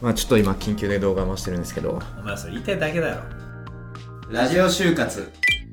まあちょっと今緊急で動画回してるんですけど、 お前それ言いたいだけだろ。 ラジオ就活。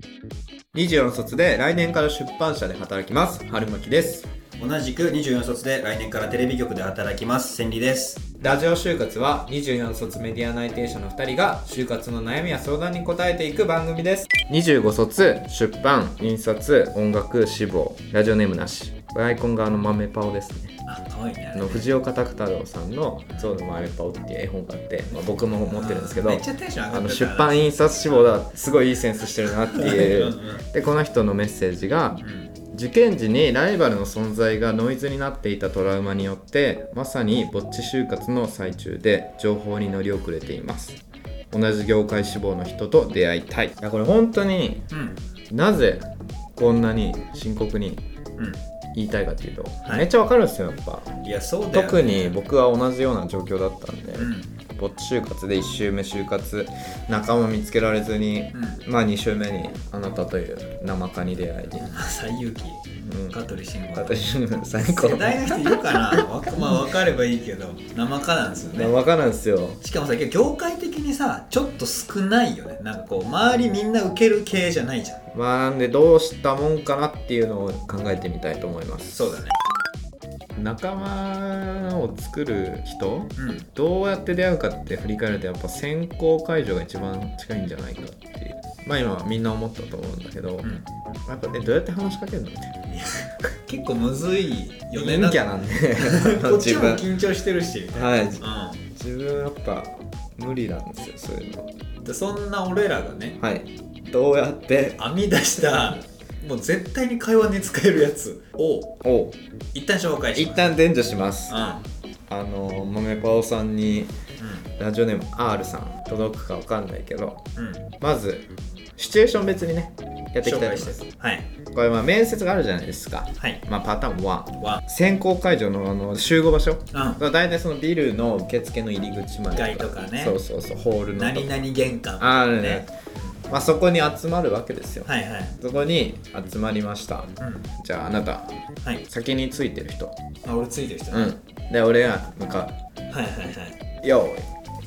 24卒で来年から出版社で働きます。春巻です。 同じく24卒で来年からテレビ局で働きます。千里です。 ラジオ就活は24卒メディア内定者の2人が就活の悩みや相談に答えていく番組です。25卒、出版、印刷、音楽、志望、ラジオネームなし。アイコンが豆パオですね。 あ、かわいいね。 藤岡拓太郎さんの象の豆パオっていう絵本があって、僕も持ってるんですけど、 めっちゃテンション上がってた出版印刷志望だ、すごいいいセンスしてるなっていうで、この人のメッセージが、受験時にライバルの存在がノイズになっていたトラウマによってまさにぼっち就活の最中で情報に乗り遅れています。同じ業界志望の人と出会いたい。いやこれ本当に、なぜこんなに深刻に言いたいかっていうと、めっちゃわかるんですよやっぱ。 いやそうだよね、 特に僕は同じような状況だったんで、ぼっち就活で1週目就活仲間見つけられずに、まあ2週目にあなたという生カに出会いに、 最勇気、香取慎吾、 香取慎吾最高。 世代の人いるかなまあ分かればいいけど生カなんですよね。 生カなんですよ。 しかもさ業界的にさちょっと少ないよね。なんかこう周りみんな受ける系じゃないじゃん。 まあなんでどうしたもんかなっていうのを考えてみたいと思います。 そうだね。 仲間を作る人、どうやって出会うかって振り返るとやっぱ選考解除が一番近いんじゃないかっていう、まあ今みんな思ったと思うんだけど、やっぱどうやって話しかけるのって結構むずいよね。 陰キャなんでこっちも緊張してるし、 はい、自分やっぱ無理なんですよそういうので。そんな俺らがね、 はい、どうやって編み出したもう絶対に会話に使えるやつを一旦紹介します。 一旦伝授します。豆パオさんに、ラジオネーム R さん届くか分かんないけど、まずシチュエーション別にねやっていきたいと思います。 はい、 これまあ面接があるじゃないですか。はい、まあ、パターン1、選考会場の集合場所、だいたいそのビルの受付の入り口までとかね、 そうそうそう、ホールの何々玄関とかね、 まあ、そこに集まるわけですよ。 はいはい、 そこに集まりました。じゃああなた、先についてる人。 あ、俺ついてる人。 で俺が向かう。 はいはいはい。 よー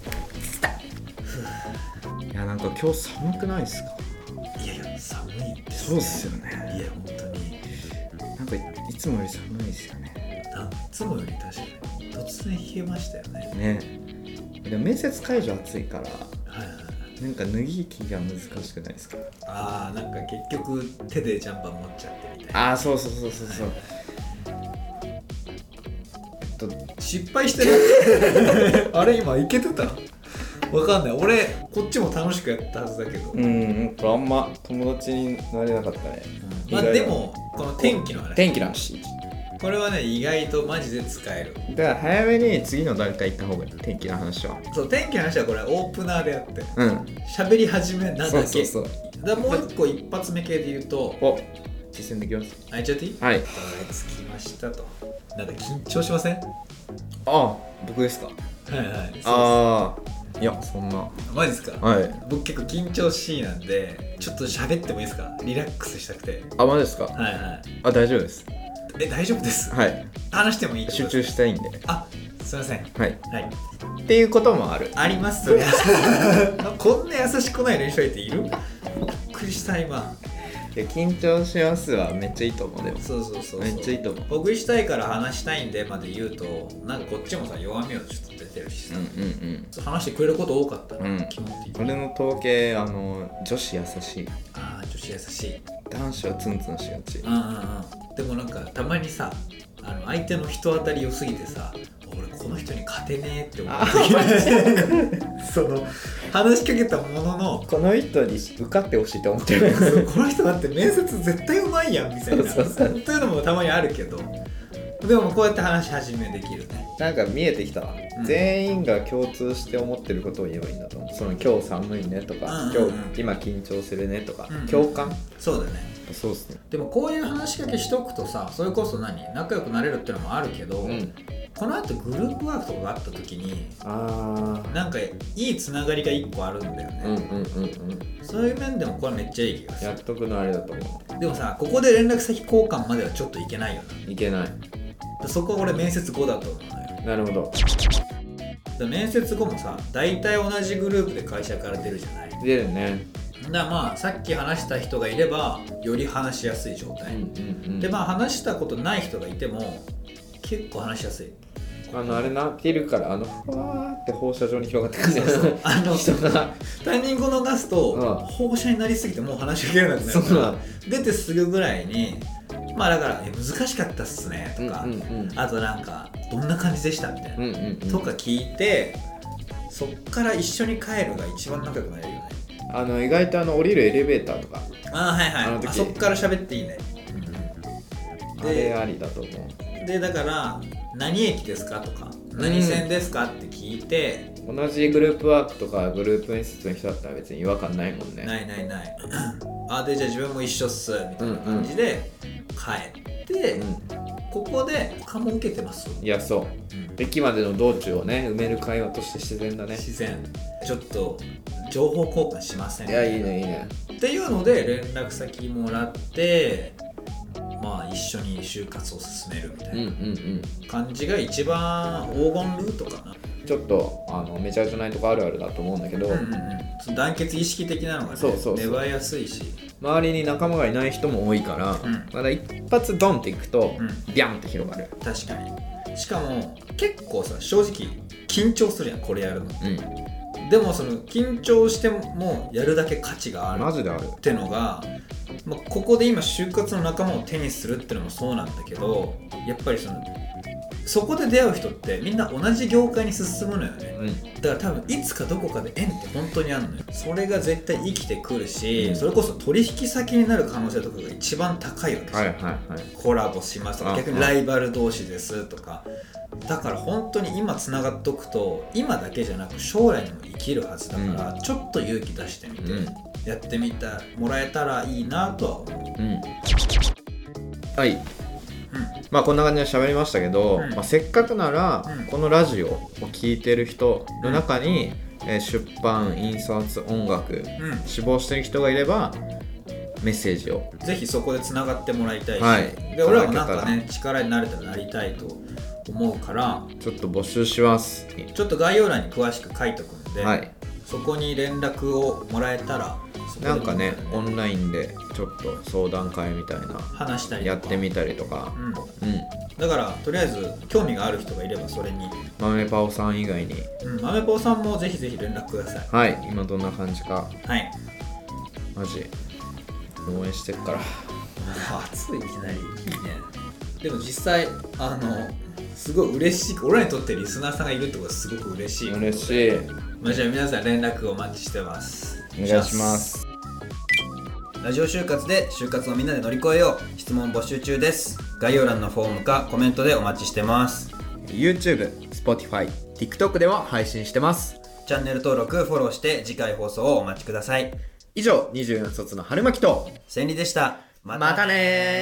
い。いやなんか今日寒くないですか？ いやいや寒いです、ね。 そうっすよね。 いや本当に。 なんかいつもより寒いですよね。 いつもより確かに突然冷えましたよね。 ね。でも面接会場暑いから。なんか脱ぎ着が難しくないですか？ ああ、なんか結局手でジャンパー持っちゃってみたいな。 ああ、そうそうそうそうそう。 失敗してるあれ今いけてた？わかんない。俺こっちも楽しくやったはずだけど。 あんま友達になれなかったね。 まあでもこの天気の話。 天気の話。これはね意外とマジで使える。 だから早めに次の段階行った方がいい。天気の話は。 そう、天気の話はこれオープナーであって。喋り始めなだけ。そう。だからもう一個一発目系で言うと。 実践できます。 あいちゃっていい？はい。着きましたと。なんか緊張しません？ 僕ですか？ はい。 いやそんな。 マジですか？ はい。 僕結構緊張しいなんでちょっと喋ってもいいですか？リラックスしたくて。 マジですか？はいはい。大丈夫です。 大丈夫です。 はい。 話してもいい？ 集中したいんで。 すいません。 はいっていうこともありますよ。こんな優しくない練習相手いる？びっくりした今。 緊張しますわ。めっちゃいいと思う。でもそうめっちゃいいと思う。 ほぐしたいから話したいんでまで言うとなんかこっちもさ弱みをちょっと出てるしさ、話してくれること多かったな、基本的に。 俺の統計女子優しい。 女子優しい。 男子はツンツンしがち。 でもなんかたまにさ相手の人当たり良すぎてさ俺この人に勝てねえって思ってその話しかけたもののこの人に受かってほしいと思ってるこの人だって面接絶対うまいやんみたいなそういうのもたまにあるけどでもこうやって話し始めできるね。 なんか見えてきたわ、全員が共通して思ってることを言えばいいんだと思う。その今日寒いねとか、今緊張するねとか、共感。 そうだね。 そうっすね。でもこういう話しかけしとくとさ、それこそ仲良くなれるってのもあるけど、この後グループワークとかがあった時になんかいいつながりが1個あるんだよね。そういう面でもこれめっちゃいい気がする。 やっとくのあれだと思う。でもさここで連絡先交換まではちょっといけないよな。 いけない。 そこは俺面接後だと思うのよ。 なるほど。 面接後もさ大体同じグループで会社から出るじゃない。 出るね。 だからまあさっき話した人がいればより話しやすい状態、でまあ話したことない人がいても結構話しやすい。 あれなってるからふわーって放射状に広がってくるんだよ人がタイミングを逃すと、放射になりすぎてもう話しかけられなくなるから出てすぐぐらいにまあだから難しかったっすねとか、あとなんかどんな感じでしたみたいな、とか聞いてそっから一緒に帰るが一番仲良くなれるよね。 意外と降りるエレベーターとかはいはい、そっから喋っていいね、 あれありだと思う。 でだから何駅ですかとか何線ですかって聞いて、 同じグループワークとかグループ面接の人だったら別に違和感ないもんね。 ないでじゃあ自分も一緒っすみたいな感じで帰って、ここで他も受けてます。 いやそう、駅までの道中をね埋める会話として自然だね。 自然。ちょっと情報交換しません？ いやいいねっていうので連絡先もらってまあ一緒に就活を進めるみたいな感じが一番黄金ルートかな。 ちょっとメジャーじゃないとこあるあるだと思うんだけど、 団結意識的なのがね、芽生えやすいし周りに仲間がいない人も多いから、まだ一発ドンっていくと、ビャンって広がる。 確かに。しかも結構さ正直緊張するやんこれやるの、でもその緊張してもやるだけ価値があるマジであるってのが、まあ、ここで今就活の仲間を手にするってのもそうなんだけど、やっぱりそこで出会う人ってみんな同じ業界に進むのよね、だから多分いつかどこかで縁って本当にあるのよ。それが絶対生きてくるし、それこそ取引先になる可能性とかが一番高いわけですよ、コラボしますとか逆にライバル同士ですとか。だから本当に今つながっとくと今だけじゃなく将来にも生きるはずだから、ちょっと勇気出してみて、やってみてもらえたらいいなとは思う。 はい、まあこんな感じで喋りましたけど、せっかくなら、このラジオを聞いてる人の中に、出版、印刷、音楽、志望してる人がいればメッセージをぜひそこでつながってもらいたいし、で俺らもなんかね力になれたらなりたいと思うからちょっと募集します。 ちょっと概要欄に詳しく書いとくんで、そこに連絡をもらえたらなんかねオンラインでちょっと相談会みたいな話したりやってみたりとか、 だからとりあえず興味がある人がいればそれに豆パオさん以外に、 豆パオさんもぜひぜひ連絡ください。 はい、今どんな感じかマジ応援してっから熱いいきなりいいね。でも実際すごい嬉しい、俺らにとってリスナーさんがいるってことはすごく嬉しい。 嬉しい。 まあ、じゃあ皆さん連絡お待ちしてます。 お願いします。 ラジオ就活で就活をみんなで乗り越えよう。質問募集中です。概要欄のフォームかコメントでお待ちしてます。 YouTube、Spotify、TikTok では配信してます。 チャンネル登録フォローして次回放送をお待ちください。 以上24卒の春巻と千里でした。 またねー。